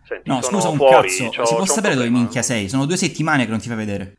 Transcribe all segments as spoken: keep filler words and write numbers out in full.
Senti, No, sono scusa un fuori, cazzo, c'ho, si può c'ho un sapere dove problema. minchia sei? Sono due settimane che non ti fai vedere.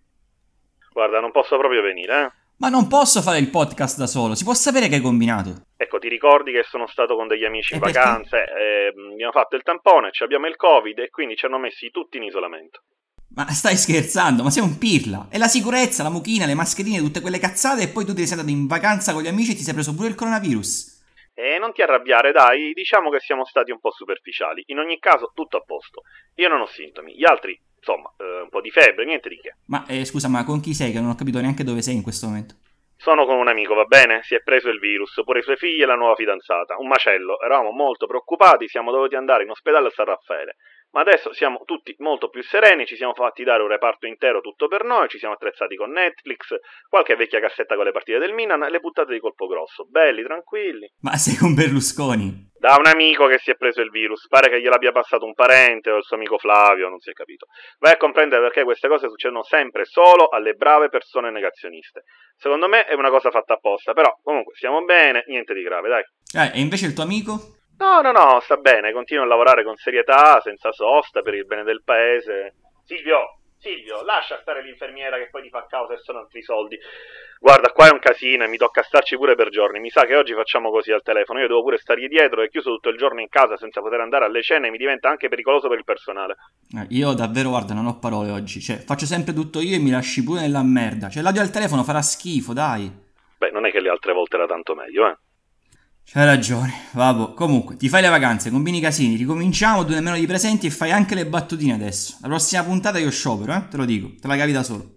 Guarda, non posso proprio venire, eh. Ma non posso fare il podcast da solo, si può sapere che hai combinato? Ecco, ti ricordi che sono stato con degli amici in E perché? vacanze, e mh, abbiamo fatto il tampone, ci abbiamo il Covid e quindi ci hanno messi tutti in isolamento. Ma stai scherzando? Ma sei un pirla! E la sicurezza, la mucchina, le mascherine, tutte quelle cazzate e poi tu ti sei andato in vacanza con gli amici e ti sei preso pure il coronavirus. E non ti arrabbiare, dai, diciamo che siamo stati un po' superficiali. In ogni caso, tutto a posto. Io non ho sintomi, gli altri, insomma, eh, un po' di febbre, niente di che. Ma eh, scusa, ma con chi sei? Che non ho capito neanche dove sei in questo momento. Sono con un amico, va bene? Si è preso il virus, pure i suoi figli e la nuova fidanzata. Un macello, eravamo molto preoccupati, siamo dovuti andare in ospedale a San Raffaele. Ma adesso siamo tutti molto più sereni, ci siamo fatti dare un reparto intero tutto per noi, ci siamo attrezzati con Netflix, qualche vecchia cassetta con le partite del Milan e le buttate di colpo grosso. Belli, tranquilli. Ma sei con Berlusconi? Da un amico che si è preso il virus, pare che gliel'abbia passato un parente o il suo amico Flavio, non si è capito. Vai a comprendere perché queste cose succedono sempre solo alle brave persone negazioniste. Secondo me è una cosa fatta apposta, però comunque stiamo bene, niente di grave, dai. Eh, e invece il tuo amico? No, no, no, sta bene, continua a lavorare con serietà, senza sosta, per il bene del paese. Silvio, Silvio, lascia stare l'infermiera che poi ti fa causa e sono altri soldi. Guarda, qua è un casino e mi tocca starci pure per giorni. Mi sa che oggi facciamo così al telefono. Io devo pure stargli dietro e chiuso tutto il giorno in casa senza poter andare alle cene mi diventa anche pericoloso per il personale. Eh, io davvero, guarda, non ho parole oggi. Cioè, faccio sempre tutto io e mi lasci pure nella merda. Cioè, l'audio al telefono farà schifo, dai. Beh, non è che le altre volte era tanto meglio, eh. C'hai ragione, vabbè. Comunque, ti fai le vacanze, combini i casini, ricominciamo, tu nemmeno di presenti e fai anche le battutine adesso. La prossima puntata io sciopero, eh, te lo dico, te la cavi da solo.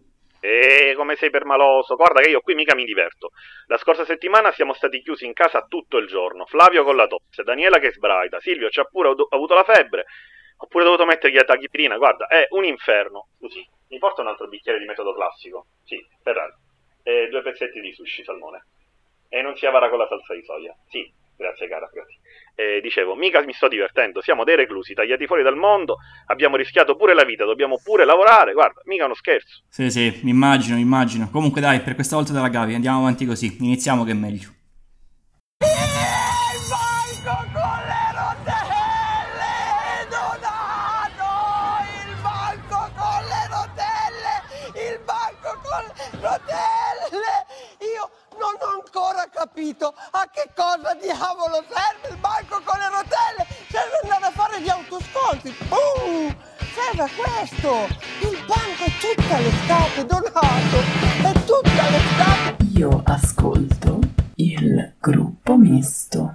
E come sei permaloso? Guarda che io qui mica mi diverto. La scorsa settimana siamo stati chiusi in casa tutto il giorno. Flavio con la tosse, Daniela che sbraita, Silvio ci ha pure avuto- avuto la febbre. Ho pure dovuto mettergli la tachipirina, guarda, è un inferno. Scusi, mi porta un altro bicchiere di metodo classico? Sì, Ferrari. E due pezzetti di sushi salmone. E non si avara con la salsa di soia. Sì, grazie cara, grazie. E dicevo, mica mi sto divertendo, siamo dei reclusi, tagliati fuori dal mondo, abbiamo rischiato pure la vita, dobbiamo pure lavorare, guarda, mica uno scherzo. Sì, sì, mi immagino, mi immagino. Comunque dai, per questa volta te la cavi, andiamo avanti così, iniziamo che è meglio. Il banco con le rotelle donato! Il banco con le rotelle! Il banco con le rotelle! Io non ho ancora capito a che cosa diavolo serve il banco con le rotelle! Serve andare a fare gli autosconti! Uh, serve a questo! Il banco è tutta l'estate donato! È tutta l'estate! Io ascolto il gruppo misto.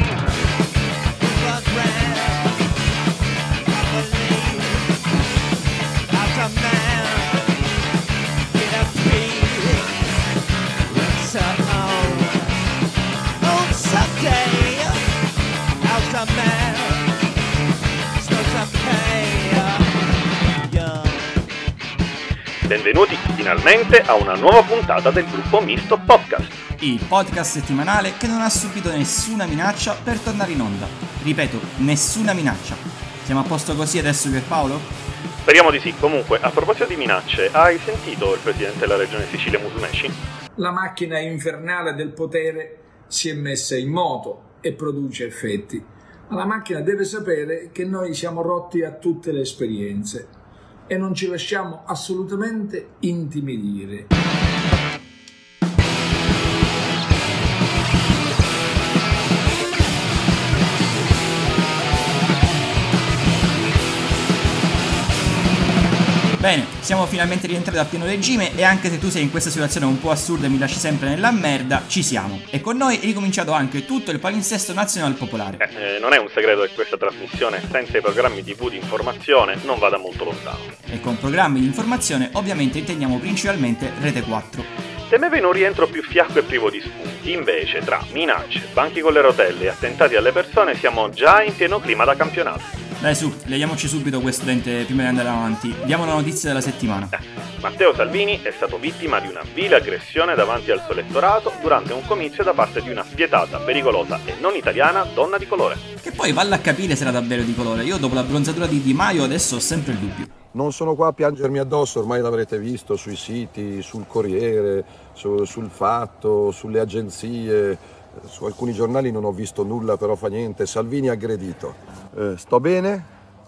Benvenuti finalmente a una nuova puntata del gruppo misto podcast. Il podcast settimanale che non ha subito nessuna minaccia per tornare in onda. Ripeto, nessuna minaccia. Siamo a posto così adesso Pierpaolo? Speriamo di sì. Comunque, a proposito di minacce, hai sentito il presidente della regione Sicilia Musumeci? La macchina infernale del potere si è messa in moto e produce effetti. Ma la macchina deve sapere che noi siamo rotti a tutte le esperienze e non ci lasciamo assolutamente intimidire. Bene, siamo finalmente rientrati a pieno regime e anche se tu sei in questa situazione un po' assurda e mi lasci sempre nella merda, ci siamo. E con noi è ricominciato anche tutto il palinsesto nazionale popolare. Eh, eh, non è un segreto che questa trasmissione, senza i programmi tivù di informazione, non vada molto lontano. E con programmi di informazione ovviamente intendiamo principalmente Rete quattro. Temeva un rientro più fiacco e privo di spunti, invece tra minacce, banchi con le rotelle e attentati alle persone siamo già in pieno clima da campionato. Dai su, leviamoci subito questo dente prima di andare avanti. Diamo la notizia della settimana. Eh, Matteo Salvini è stato vittima di una vile aggressione davanti al suo elettorato durante un comizio da parte di una spietata, pericolosa e non italiana donna di colore. Che poi valla a capire se era davvero di colore. Io dopo la bronzatura di Di Maio adesso ho sempre il dubbio. Non sono qua a piangermi addosso, ormai l'avrete visto sui siti, sul Corriere, su, sul Fatto, sulle agenzie. Su alcuni giornali non ho visto nulla, però fa niente. Salvini aggredito. Eh, sto bene,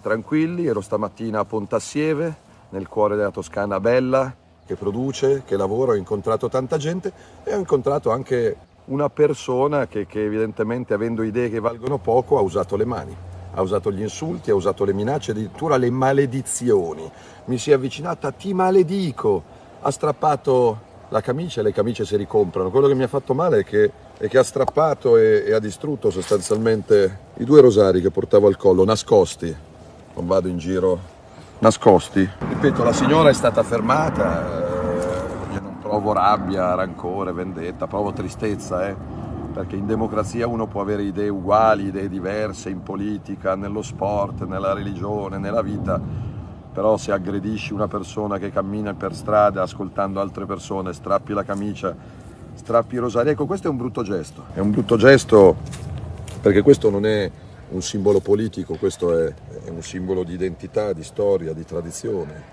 tranquilli. Ero stamattina a Pontassieve, nel cuore della Toscana bella, che produce, che lavora. Ho incontrato tanta gente e ho incontrato anche una persona che, che evidentemente, avendo idee che valgono poco, ha usato le mani, ha usato gli insulti, ha usato le minacce, addirittura le maledizioni. Mi si è avvicinata: ti maledico, ha strappato la camicia e le camicie si ricomprano. Quello che mi ha fatto male è che, è che ha strappato e, e ha distrutto sostanzialmente i due rosari che portavo al collo, nascosti. Non vado in giro nascosti. Ripeto, la signora è stata fermata, eh, io non provo rabbia, rancore, vendetta, provo tristezza, eh, perché in democrazia uno può avere idee uguali, idee diverse, in politica, nello sport, nella religione, nella vita, però se aggredisci una persona che cammina per strada ascoltando altre persone, strappi la camicia, strappi i rosari, ecco, questo è un brutto gesto, è un brutto gesto perché questo non è un simbolo politico, questo è, è un simbolo di identità, di storia, di tradizione.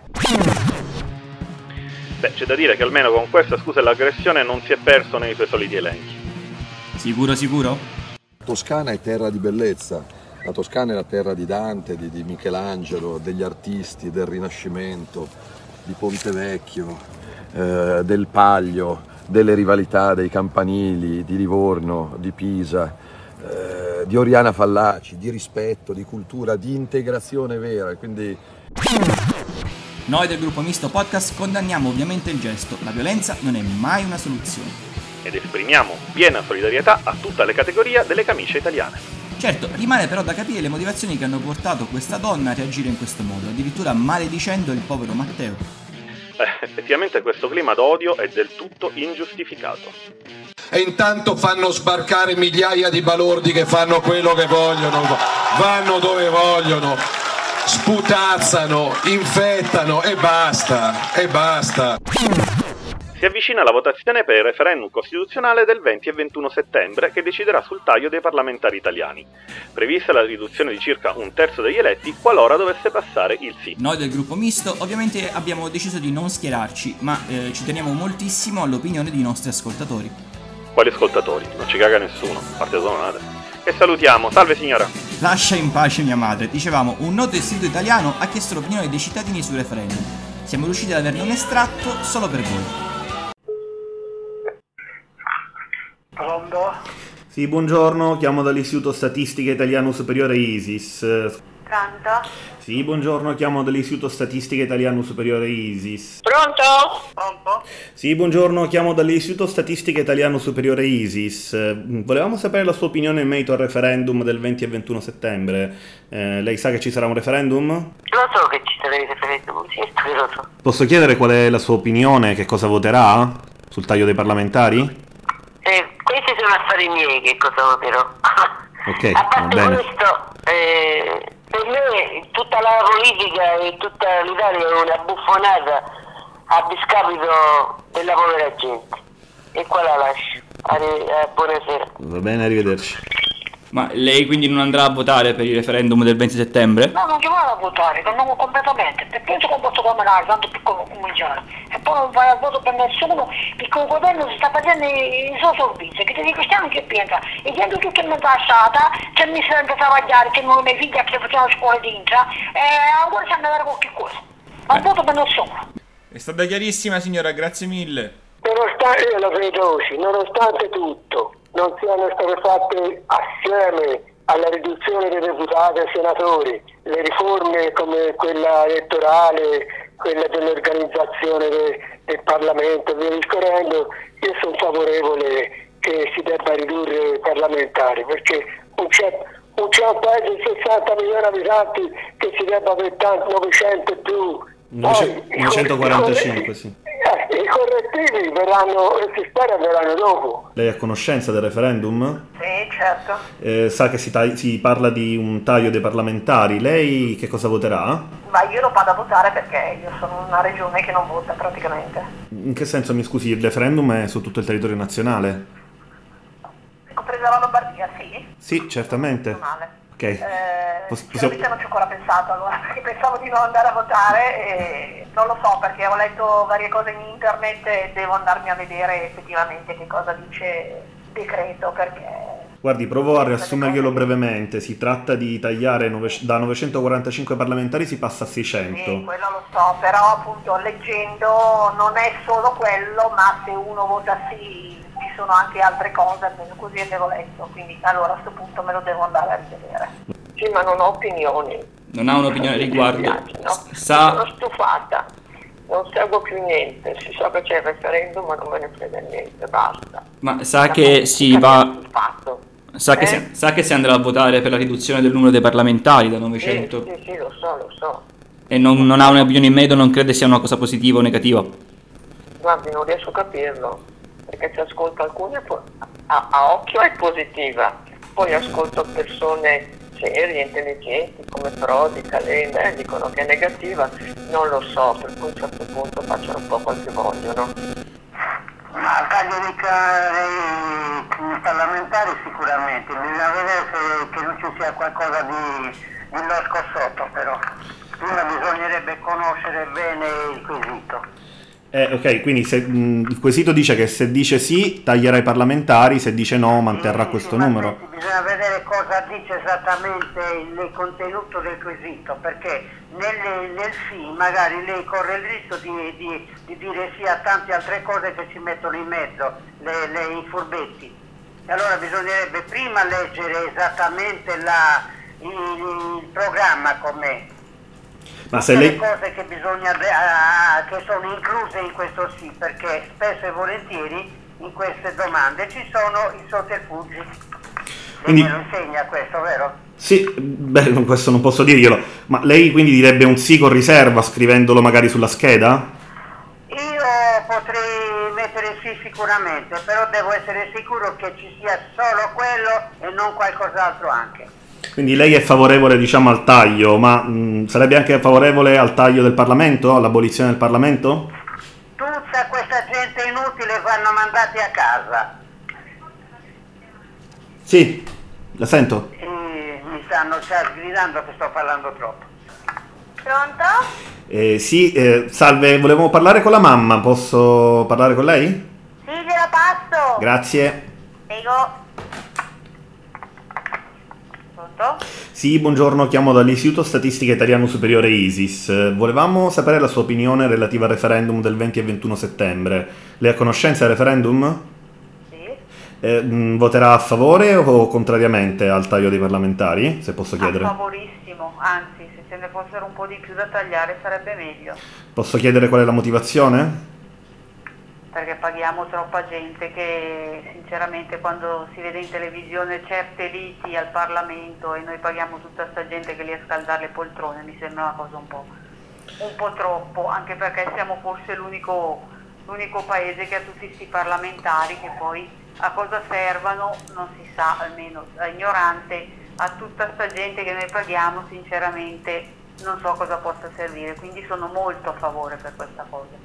Beh, c'è da dire che almeno con questa scusa l'aggressione non si è perso nei suoi soliti elenchi. Sicuro, sicuro? La Toscana è terra di bellezza, la Toscana è la terra di Dante, di, di Michelangelo, degli artisti, del Rinascimento, di Ponte Vecchio, eh, del Paglio, delle rivalità dei campanili, di Livorno, di Pisa, eh, di Oriana Fallaci, di rispetto, di cultura, di integrazione vera, quindi... Noi del Gruppo Misto Podcast condanniamo ovviamente il gesto, la violenza non è mai una soluzione. Ed esprimiamo piena solidarietà a tutta le categorie delle camicie italiane. Certo, rimane però da capire le motivazioni che hanno portato questa donna a reagire in questo modo, addirittura maledicendo il povero Matteo. Eh, effettivamente questo clima d'odio è del tutto ingiustificato. E intanto fanno sbarcare migliaia di balordi che fanno quello che vogliono, vanno dove vogliono, sputazzano, infettano e basta, e basta. Si avvicina la votazione per il referendum costituzionale del venti e ventuno settembre che deciderà sul taglio dei parlamentari italiani. Prevista la riduzione di circa un terzo degli eletti qualora dovesse passare il sì. Noi del Gruppo Misto ovviamente abbiamo deciso di non schierarci, ma eh, ci teniamo moltissimo all'opinione dei nostri ascoltatori. Quali ascoltatori? Non ci caga nessuno, a parte sua madre. E salutiamo, salve signora. Lascia in pace mia madre. Dicevamo, un noto istituto italiano ha chiesto l'opinione dei cittadini sul referendum. Siamo riusciti ad averne un estratto solo per voi. Pronto? Sì, buongiorno, chiamo dall'Istituto Statistica Italiano Superiore ISIS. Pronto? Sì, buongiorno, chiamo dall'Istituto Statistica Italiano Superiore ISIS. Pronto? Pronto? Sì, buongiorno, chiamo dall'Istituto Statistica Italiano Superiore ISIS. Volevamo sapere la sua opinione in merito al referendum del venti e ventuno settembre. Eh, lei sa che ci sarà un referendum? Lo so che ci sarà il referendum, sì, lo so. Posso chiedere qual è la sua opinione, che cosa voterà sul taglio dei parlamentari? Eh, questi sono affari miei, che cosa voterò. Ok, a parte va bene. questo, eh, per me tutta la politica e tutta l'Italia è una buffonata a discapito della povera gente. E qua la lascio. Arri- eh, buonasera. Va bene, arrivederci. Ma lei quindi non andrà a votare per il referendum del venti settembre? No, non ci vado a votare, torniamo completamente, perché penso che un voto comunale, tanto per cominciare, e poi non vai al voto per nessuno, perché il governo si sta facendo i, i suoi servizi, che ti cristiani che pensa, e gente tutto in mezzo assata, c'è il ministro da travagliare, che non ho i figli che facciano scuole dentro, e ancora c'è da dare qualche cosa, ma un voto per nessuno. È stata chiarissima signora, grazie mille. Nonostante, io lo vedo oggi, nonostante tutto, non siano state fatte assieme alla riduzione dei deputati e senatori, le riforme come quella elettorale, quella dell'organizzazione de, del Parlamento, via discorrendo, io sono favorevole che si debba ridurre i parlamentari, perché un c'è, un c'è un paese di sessanta milioni di abitanti che si debba avere tanto, novecento e più. novecentoquarantacinque, sì. Eh, I correttivi verranno, si spera verranno dopo. Lei è a conoscenza del referendum? Sì, certo. Eh, sa che si, ta- si parla di un taglio dei parlamentari. Lei che cosa voterà? Ma io non vado a votare perché io sono in una regione che non vota praticamente. In che senso, mi scusi, il referendum è su tutto il territorio nazionale? Compresa la Lombardia, sì? Sì, certamente. Male. Ok. Eh, Poss- sinceramente non ci ho ancora pensato allora, perché pensavo di non andare a votare e non lo so perché ho letto varie cose in internet e devo andarmi a vedere effettivamente che cosa dice il decreto, perché Guardi, provo a riassumerglielo brevemente. Si tratta di tagliare nove, da novecentoquarantacinque parlamentari si passa a seicento. Sì, quello lo so, però appunto leggendo non è solo quello, ma se uno vota sì ci sono anche altre cose, almeno così avevo letto, quindi allora a questo punto me lo devo andare a rivedere. Sì, ma non ho opinioni. Non ha un'opinione al riguardo? No, Sa... sono stufata, non seguo più niente, si sa che c'è il referendum ma non me ne frega niente, basta. Ma sa che si va... Sa che, Eh? si, sa che si andrà a votare per la riduzione del numero dei parlamentari da novecento? Sì, sì, sì, lo so, lo so. E non, non ha un'opinione in merito, non crede sia una cosa positiva o negativa? Guardi, non riesco a capirlo, perché se ascolto alcune po- a, a occhio è positiva, poi ascolto persone serie, intelligenti come Prodi, Calenda e dicono che è negativa, non lo so, per cui a un certo punto facciano un po' quel che vogliono. Ma il taglio dei, dei parlamentari sicuramente, bisogna vedere se, che non ci sia qualcosa di, di losco sotto, però prima bisognerebbe conoscere bene il quesito. Eh, ok, quindi se, mh, il quesito dice che se dice sì taglierà i parlamentari, se dice no manterrà sì, questo sì, numero. Ma bisogna vedere cosa dice esattamente il contenuto del quesito, perché nel, nel sì magari lei corre il rischio di, di, di dire sì a tante altre cose che ci mettono in mezzo, le, le, i furbetti. E allora bisognerebbe prima leggere esattamente la, il, il programma com'è. Ma se lei... le cose che bisogna uh, che sono incluse in questo sì, perché spesso e volentieri in queste domande ci sono i sotterfugi. Quindi... Lei me lo insegna questo, vero? Sì, beh, questo non posso dirglielo, ma lei quindi direbbe un sì con riserva scrivendolo magari sulla scheda? Io potrei mettere sì sicuramente, però devo essere sicuro che ci sia solo quello e non qualcos'altro anche. Quindi lei è favorevole, diciamo, al taglio, ma mh, sarebbe anche favorevole al taglio del Parlamento, all'abolizione del Parlamento? Tutta questa gente inutile vanno mandati a casa. Sì, la sento. E mi stanno già gridando che sto parlando troppo. Pronto? Eh, sì, eh, salve, volevo parlare con la mamma, posso parlare con lei? Sì, gliela passo. Grazie. Prego. Pronto? Sì, buongiorno, chiamo dall'Istituto Statistica Italiano Superiore ISIS. Volevamo sapere la sua opinione relativa al referendum del venti e ventuno settembre. Lei ha conoscenza del referendum? Sì. Eh, mh, voterà a favore o contrariamente al taglio dei parlamentari, se posso chiedere? A favorissimo, anzi, se ce ne fossero un po' di più da tagliare sarebbe meglio. Posso chiedere qual è la motivazione? Perché paghiamo troppa gente che sinceramente quando si vede in televisione certe liti al Parlamento e noi paghiamo tutta sta gente che lì a scaldare le poltrone, mi sembra una cosa un po', un po' troppo, anche perché siamo forse l'unico, l'unico paese che ha tutti questi parlamentari che poi a cosa servano non si sa, almeno da ignorante, a tutta sta gente che noi paghiamo sinceramente non so cosa possa servire, quindi sono molto a favore per questa cosa.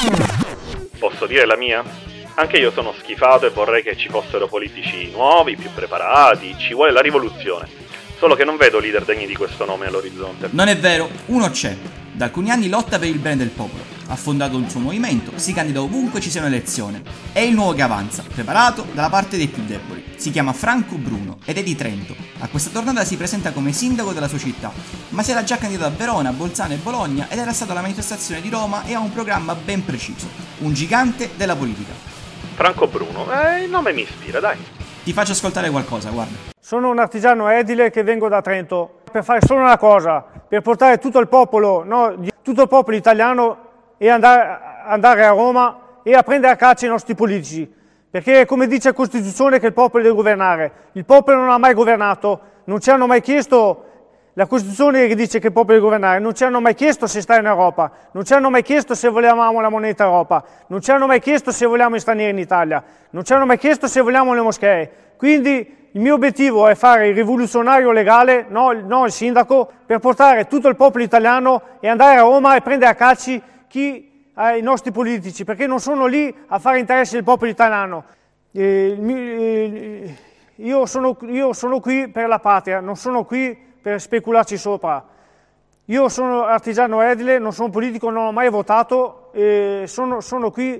Posso dire la mia? Anche io sono schifato e vorrei che ci fossero politici nuovi, più preparati, ci vuole la rivoluzione. Solo che non vedo leader degni di questo nome all'orizzonte. Non è vero, uno c'è. Da alcuni anni lotta per il bene del popolo. Ha fondato il suo movimento, si candida ovunque ci sia un'elezione. È il nuovo che avanza, preparato dalla parte dei più deboli. Si chiama Franco Bruno ed è di Trento. A questa tornata si presenta come sindaco della sua città, ma si era già candidato a Verona, Bolzano e Bologna ed era stato alla manifestazione di Roma e ha un programma ben preciso. Un gigante della politica. Franco Bruno, eh, il nome mi ispira, dai. Ti faccio ascoltare qualcosa, guarda. Sono un artigiano edile che vengo da Trento per fare solo una cosa, per portare tutto il popolo, no, tutto il popolo italiano e andare, andare a Roma e a prendere a caccia i nostri politici. Perché come dice la Costituzione che il popolo deve governare, il popolo non ha mai governato, non ci hanno mai chiesto, la Costituzione che dice che il popolo deve governare, non ci hanno mai chiesto se stare in Europa, non ci hanno mai chiesto se volevamo la moneta Europa, non ci hanno mai chiesto se vogliamo i stranieri in Italia, non ci hanno mai chiesto se vogliamo le moschee. Quindi il mio obiettivo è fare il rivoluzionario legale, no, no il sindaco, per portare tutto il popolo italiano e andare a Roma e prendere a calci chi, eh, i nostri politici, perché non sono lì a fare interessi del popolo italiano. Eh, eh, io, sono, io sono qui per la patria, non sono qui per specularci sopra. Io sono artigiano edile, non sono politico, non ho mai votato, eh, sono, sono qui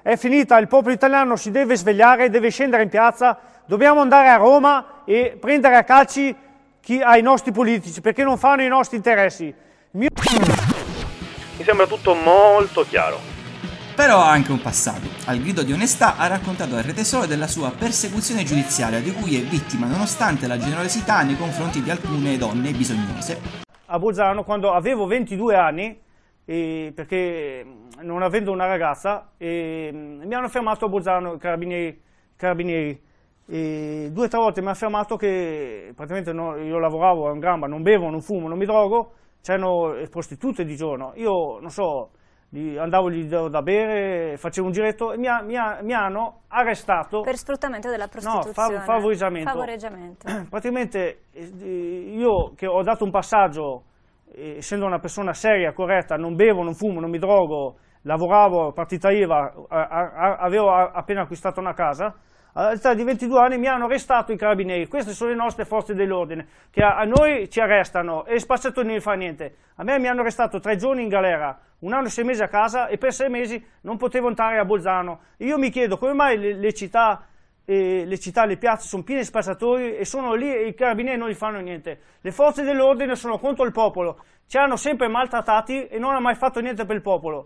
è finita, il popolo italiano si deve svegliare, deve scendere in piazza, dobbiamo andare a Roma e prendere a calci chi, ai nostri politici, perché non fanno i nostri interessi. Mio... Mi sembra tutto molto chiaro. Però ha anche un passato. Al grido di onestà ha raccontato a Rete Sole della sua persecuzione giudiziaria di cui è vittima nonostante la generosità nei confronti di alcune donne bisognose. A Bolzano, quando avevo ventidue anni, e perché non avendo una ragazza, e mi hanno fermato a Bolzano i carabinieri, carabinieri e due o tre volte mi hanno fermato che praticamente no, io lavoravo a un gamba, non bevo, non fumo, non mi drogo, c'erano prostitute di giorno, io non so, andavo gli davo da bere, facevo un giretto e mi, ha, mi, ha, mi hanno arrestato per sfruttamento della prostituzione. No, favoreggiamento. favoreggiamento. Praticamente io che ho dato un passaggio, essendo una persona seria, corretta, non bevo, non fumo, non mi drogo, lavoravo, partita I V A, avevo appena acquistato una casa, all'età di ventidue anni mi hanno arrestato i carabinieri. Queste sono le nostre forze dell'ordine, che a, a noi ci arrestano e spacciatori non fa niente. A me mi hanno arrestato tre giorni in galera, un anno e sei mesi a casa e per sei mesi non potevo entrare a Bolzano. Io mi chiedo come mai le, le città... E le città, le piazze sono piene di spazzatori e sono lì e i carabinieri non gli fanno niente. Le forze dell'ordine sono contro il popolo, ci hanno sempre maltrattati e non hanno mai fatto niente per il popolo.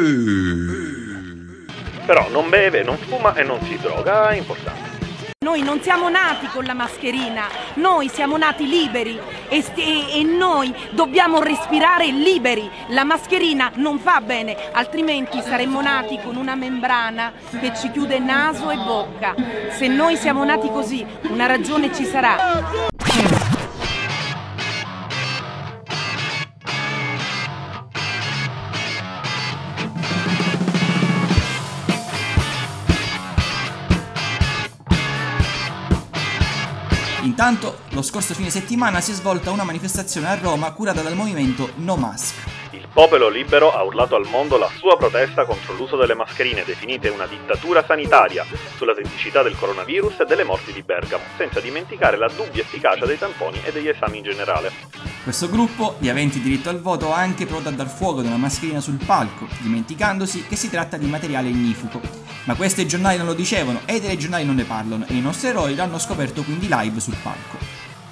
Però non beve, non fuma e non si droga, è importante. Noi non siamo nati con la mascherina, noi siamo nati liberi e, e, e noi dobbiamo respirare liberi. La mascherina non fa bene, altrimenti saremmo nati con una membrana che ci chiude naso e bocca. Se noi siamo nati così, una ragione ci sarà. Intanto, lo scorso fine settimana si è svolta una manifestazione a Roma curata dal movimento No Mask. Il popolo libero ha urlato al mondo la sua protesta contro l'uso delle mascherine, definite una dittatura sanitaria, sull'autenticità del coronavirus e delle morti di Bergamo, senza dimenticare la dubbia efficacia dei tamponi e degli esami in generale. Questo gruppo, di aventi diritto al voto, ha anche provato a dar fuoco ad una mascherina sul palco, dimenticandosi che si tratta di materiale ignifugo. Ma questi giornali non lo dicevano e i telegiornali non ne parlano e i nostri eroi l'hanno scoperto quindi live sul palco.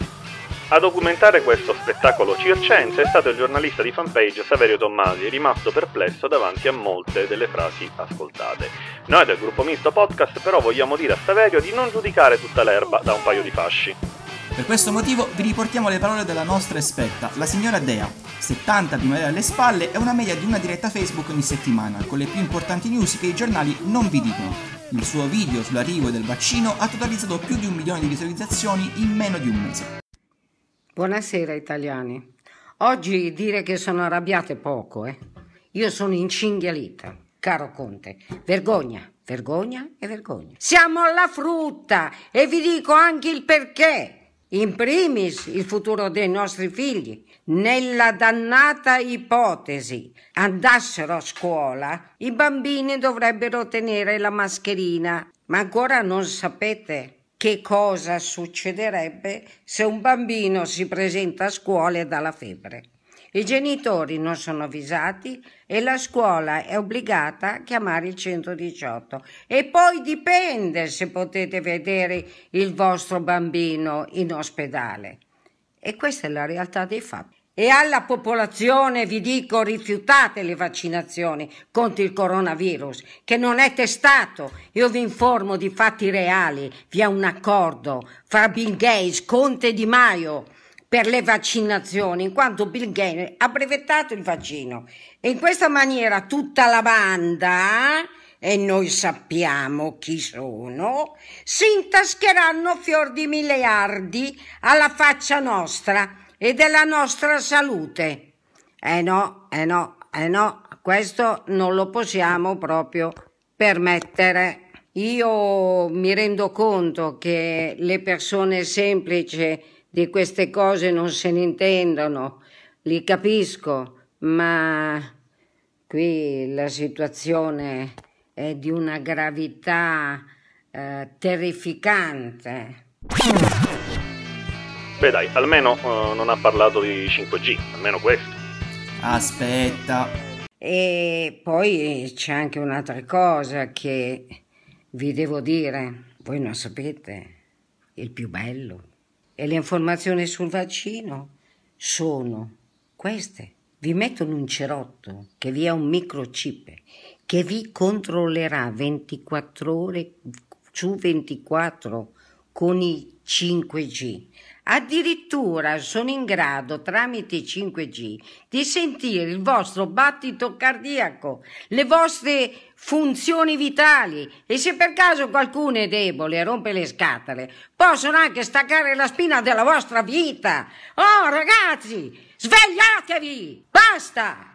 A documentare questo spettacolo circense è stato il giornalista di fanpage Saverio Tommasi, rimasto perplesso davanti a molte delle frasi ascoltate. Noi del gruppo Misto Podcast però vogliamo dire a Saverio di non giudicare tutta l'erba da un paio di fasci. Per questo motivo vi riportiamo le parole della nostra esperta, la signora Dea, settanta primavere alle spalle e una media di una diretta Facebook ogni settimana, con le più importanti news che i giornali non vi dicono. Il suo video sull'arrivo del vaccino ha totalizzato più di un milione di visualizzazioni in meno di un mese. Buonasera italiani. Oggi dire che sono arrabbiata è poco, eh. Io sono incinghialita, caro Conte. Vergogna, vergogna e vergogna. Siamo alla frutta e vi dico anche il perché. In primis il futuro dei nostri figli. Nella dannata ipotesi andassero a scuola, i bambini dovrebbero tenere la mascherina. Ma ancora non sapete che cosa succederebbe se un bambino si presenta a scuola e dà la febbre. I genitori non sono avvisati e la scuola è obbligata a chiamare il centodiciotto. E poi dipende se potete vedere il vostro bambino in ospedale. E questa è la realtà dei fatti. E alla popolazione vi dico: rifiutate le vaccinazioni contro il coronavirus, che non è testato. Io vi informo di fatti reali. Vi è un accordo fra Bill Gates, Conte e Di Maio per le vaccinazioni, in quanto Bill Gates ha brevettato il vaccino. E in questa maniera tutta la banda, e noi sappiamo chi sono, si intascheranno fior di miliardi alla faccia nostra e della nostra salute. Eh no, eh no, eh no, questo non lo possiamo proprio permettere. Io mi rendo conto che le persone semplici di queste cose non se ne intendono, li capisco, ma qui la situazione è di una gravità eh, terrificante. Beh dai, almeno uh, non ha parlato di cinque G, almeno questo. Aspetta. E poi c'è anche un'altra cosa che vi devo dire, voi non sapete, il più bello. E le informazioni sul vaccino sono queste. Vi mettono un cerotto che vi ha un microchip che vi controllerà ventiquattro ore su ventiquattro con i cinque G. Addirittura sono in grado, tramite cinque G, di sentire il vostro battito cardiaco, le vostre funzioni vitali e se per caso qualcuno è debole e rompe le scatole, possono anche staccare la spina della vostra vita. Oh ragazzi, svegliatevi! Basta!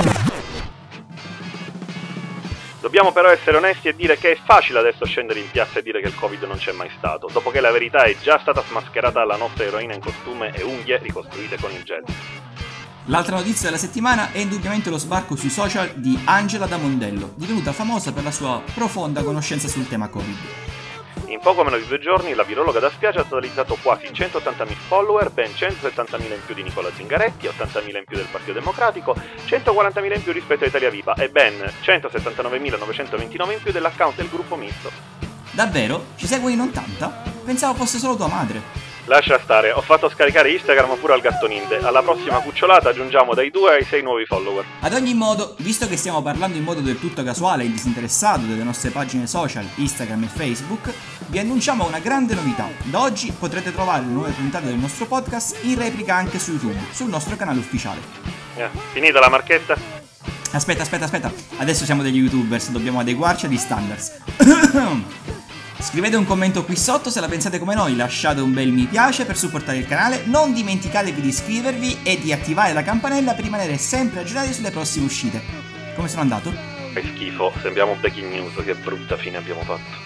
Dobbiamo però essere onesti e dire che è facile adesso scendere in piazza e dire che il Covid non c'è mai stato, dopo che la verità è già stata smascherata dalla nostra eroina in costume e unghie ricostruite con il gel. L'altra notizia della settimana è indubbiamente lo sbarco sui social di Angela da Mondello, divenuta famosa per la sua profonda conoscenza sul tema Covid. In poco meno di due giorni la virologa da spiaggia ha totalizzato quasi centottantamila follower, ben centosettantamila in più di Nicola Zingaretti, ottantamila in più del Partito Democratico, centoquarantamila in più rispetto a Italia Viva e ben centosettantanovemilanovecentoventinove in più dell'account del gruppo misto. Davvero? Ci segui non tanta? Pensavo fosse solo tua madre. Lascia stare, ho fatto scaricare Instagram pure al Gattoninde. Alla prossima cucciolata aggiungiamo dai due ai sei nuovi follower. Ad ogni modo, visto che stiamo parlando in modo del tutto casuale e disinteressato delle nostre pagine social, Instagram e Facebook, vi annunciamo una grande novità. Da oggi potrete trovare le nuove puntate del nostro podcast in replica anche su YouTube, sul nostro canale ufficiale. Eh, finita la marchetta? Aspetta, aspetta, aspetta. Adesso siamo degli YouTubers, dobbiamo adeguarci agli standards. Scrivete un commento qui sotto se la pensate come noi, lasciate un bel mi piace per supportare il canale, non dimenticatevi di iscrivervi e di attivare la campanella per rimanere sempre aggiornati sulle prossime uscite. Come sono andato? Fai schifo, sembriamo breaking news, che brutta fine abbiamo fatto.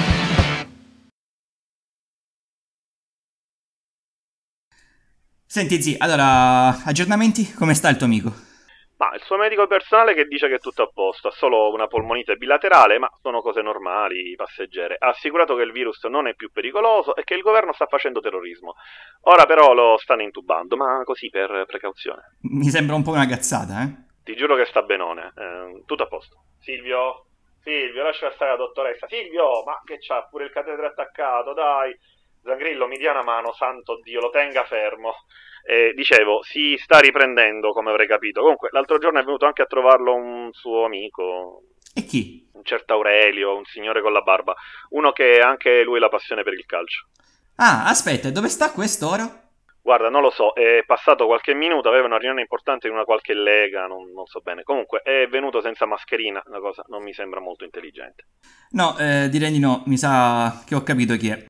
Senti zi, allora, aggiornamenti? Come sta il tuo amico? Ma il suo medico personale che dice che è tutto a posto, ha solo una polmonite bilaterale, ma sono cose normali, passeggere. Ha assicurato che il virus non è più pericoloso e che il governo sta facendo terrorismo. Ora però lo stanno intubando, ma così per precauzione. Mi sembra un po' una cazzata, eh? Ti giuro che sta benone, eh, tutto a posto. Silvio, Silvio, lascia stare la dottoressa. Silvio, ma che c'ha pure il catetere attaccato, dai. Zangrillo, mi dia una mano, santo Dio, lo tenga fermo. Eh, dicevo, si sta riprendendo, come avrei capito. Comunque, l'altro giorno è venuto anche a trovarlo un suo amico. E chi? Un certo Aurelio, un signore con la barba. Uno che ha anche lui la passione per il calcio. Ah, aspetta, dove sta quest'ora? Guarda, non lo so, è passato qualche minuto, aveva una riunione importante in una qualche lega, non, non so bene. Comunque, è venuto senza mascherina, una cosa non mi sembra molto intelligente. No, eh, direi di no, mi sa che ho capito chi è.